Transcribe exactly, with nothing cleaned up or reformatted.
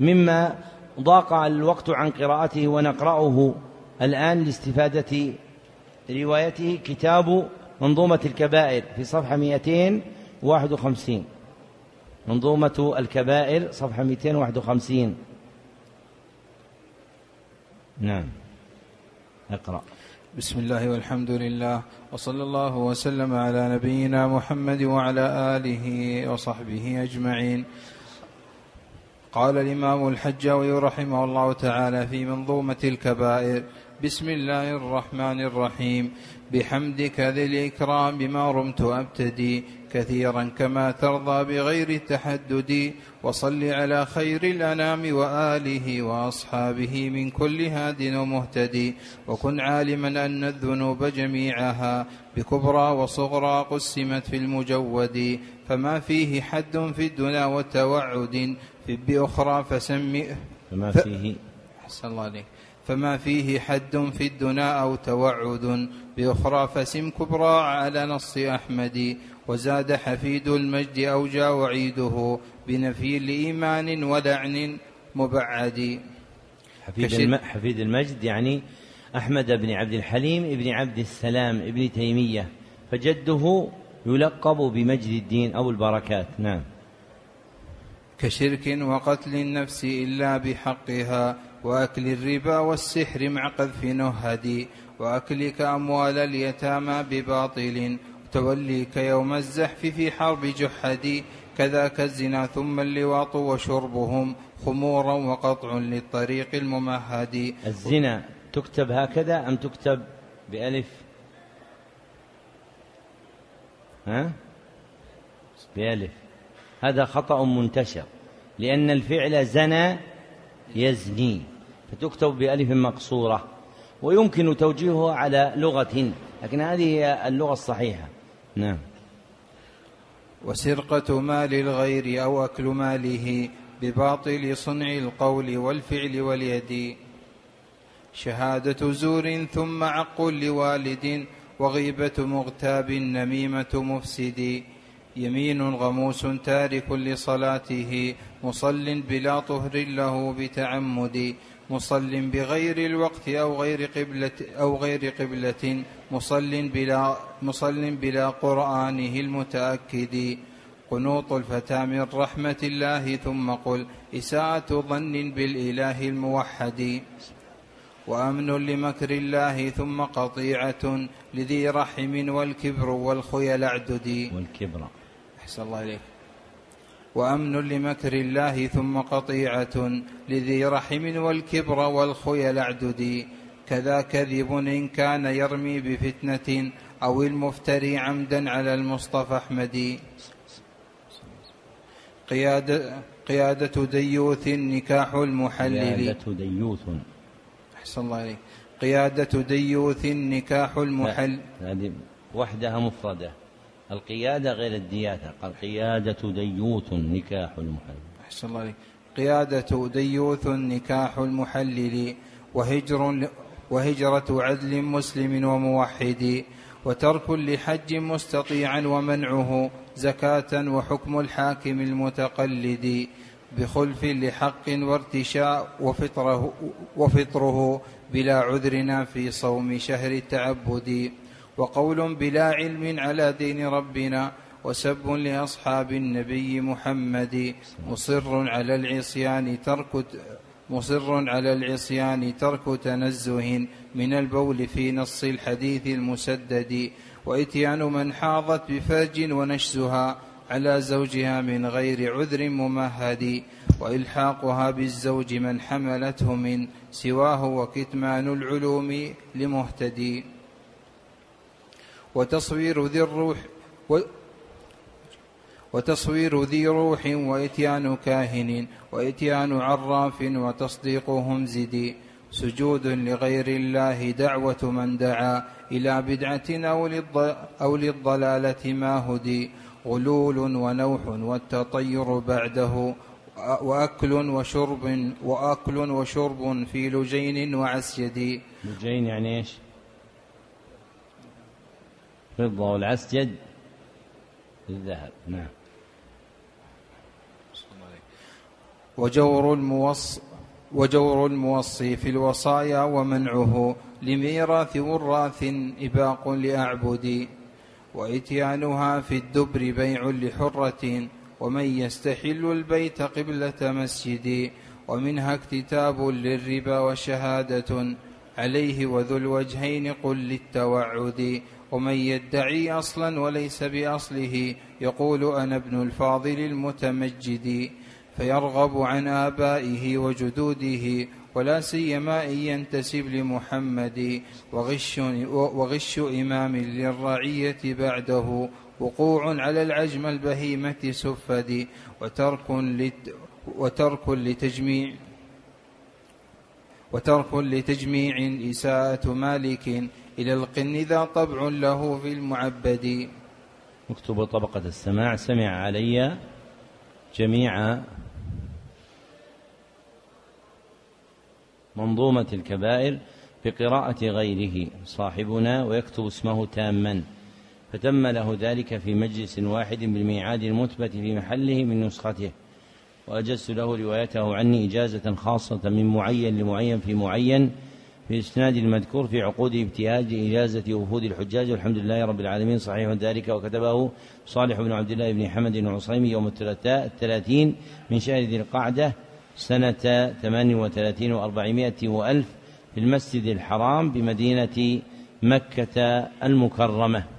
مما ضاق الوقت عن قراءته ونقرأه الآن لاستفادة روايته كتاب منظومة الكبائر في صفحة مئتين وواحد وخمسين. منظومة الكبائر صفحة مئتين وواحد وخمسين. نعم، اقرأ. بسم الله والحمد لله وصلى الله وسلم على نبينا محمد وعلى آله وصحبه أجمعين. قال الإمام الحجاوي رحمه الله تعالى في منظومة الكبائر: بسم الله الرحمن الرحيم. بحمدك ذي الإكرام بما رمت أبتدي كثيرا كما ترضى بغير تحدد، وصل على خير الأنام وآله وأصحابه من كل هاد ومهتدي، وكن عالما أن الذنوب جميعها بكبرى وصغرى قسمت في المجود، فما فيه حد في الدنا والتوعد في بأخرى فسمئ فما فيه أحسن الله عليك فما فيه حد في الدنا أو توعد بأخرى فسم كبرى على نص أحمد، وزاد حفيد المجد أوجى وعيده بنفي لإيمان ولعن مبعد. حفيد, الم... حفيد المجد يعني أحمد بن عبد الحليم ابن عبد السلام ابن تيمية، فجده يلقب بمجد الدين أو البركات. نعم. كشرك وقتل النفس إلا بحقها، وأكل الربا والسحر مع قذف نهدي، وأكلك أموال اليتامى بباطل، توليك يوم الزحف في حرب جحدي، كذاك الزنا ثم اللواط وشربهم خمورا وقطع للطريق الممهد. الزنا تكتب هكذا أم تكتب بألف؟ ها؟ بألف. هذا خطأ منتشر، لأن الفعل زنى يزني فتكتب بألف مقصورة، ويمكن توجيهها على لغة، لكن هذه هي اللغة الصحيحة. نعم. وسرقة مال الغير أو أكل ماله بباطل صنع القول والفعل واليد، شهادة زور ثم عق لوالد، وغيبة مغتاب نميمة مفسد، يمين غموس تارك لصلاته مصل بلا طهر له بتعمد، مصل بغير الوقت أو غير قبلة أو غير قبلة، مصل بلا مصل بلا قرآنه المتأكد، قنوط الفتى من رحمة الله ثم قل إساءة ظن بالإله الموحد، وأمن لمكر الله ثم قطيعة لذي رحم والكبر والخيل اعدد. والكبر أحسن الله إليك. وأمن لمكر الله ثم قطيعة لذي رحم والكبر والخيل اعدد، كذا كذب إن كان يرمي بفتنة أو المفتري عمدا على المصطفى أحمد، قيادة, قيادة ديوث نكاح المحلل. قيادة ديوث. أحسن الله إليك. قيادة ديوث نكاح المحل. هذه وحدها مفردة، القيادة غير الدياثة، قال قيادة ديوث نكاح المحلل. أحسن الله عليك. قيادة ديوث نكاح المحلل، وهجر وهجرة عدل مسلم وموحد، وترك لحج مستطيعا ومنعه زكاة، وحكم الحاكم المتقلد، بخلف لحق وارتشاء وفطره, وفطره بلا عذرنا في صوم شهر التعبد، وقول بلا علم على دين ربنا، وسب لأصحاب النبي محمد، مصر على العصيان ترك مصر على العصيان ترك تنزه من البول في نص الحديث المسدد، وإتيان من حاضت بفرج ونشزها على زوجها من غير عذر ممهد، وإلحاقها بالزوج من حملته من سواه، وكتمان العلوم لمهتدي، وتصوير ذي الروح و وتصوير ذي روح وإتيان كاهن، وإتيان عراف وتصديقهم زدي، سجود لغير الله دعوة من دعا إلى بدعة أو للضلالة ما هدي، غلول ونوح والتطير بعده، وأكل وشرب وأكل وشرب في لجين وعسجد. لجين يعني إيش؟ فضة، والعسجد الذهب. نعم. وجور الموص وجور الموصي في الوصايا ومنعه لميراث وراث إباق لأعبد، وإتيانها في الدبر بيع لحرة، ومن يستحل البيت قبلة مسجد، ومنها اكتتاب للربا وشهادة عليه وذو الوجهين قل للتوعد، ومن يدعي أصلا وليس بأصله يقول أنا ابن الفاضل المتمجد، فيرغب عن آبائه وجدوده ولا سيما إن ينتسب لمحمد، وغش, وغش إمام للرعية بعده وقوع على العجم البهيمة سفد، وترك, لت وترك لتجميع وترك لتجميع إساءة مالك إلى القن ذا طبع له في المعبد. مكتوب طبقة السماع سمع علي جميع منظومة الكبائر بقراءة غيره صاحبنا، ويكتب اسمه تاما، فتم له ذلك في مجلس واحد بالميعاد المثبت في محله من نسخته، وأجزت له روايته عني إجازة خاصة من معين لمعين في معين في إسناد المذكور في عقود ابتهاج إجازة وفود الحجاج، والحمد لله رب العالمين. صحيح ذلك، وكتبه صالح بن عبد الله بن حمد العصيمي يوم الثلاثاء الثلاثين من شهر ذي القعدة سنة ثمان وثلاثين وأربعمائة وألف في المسجد الحرام بمدينة مكة المكرمة.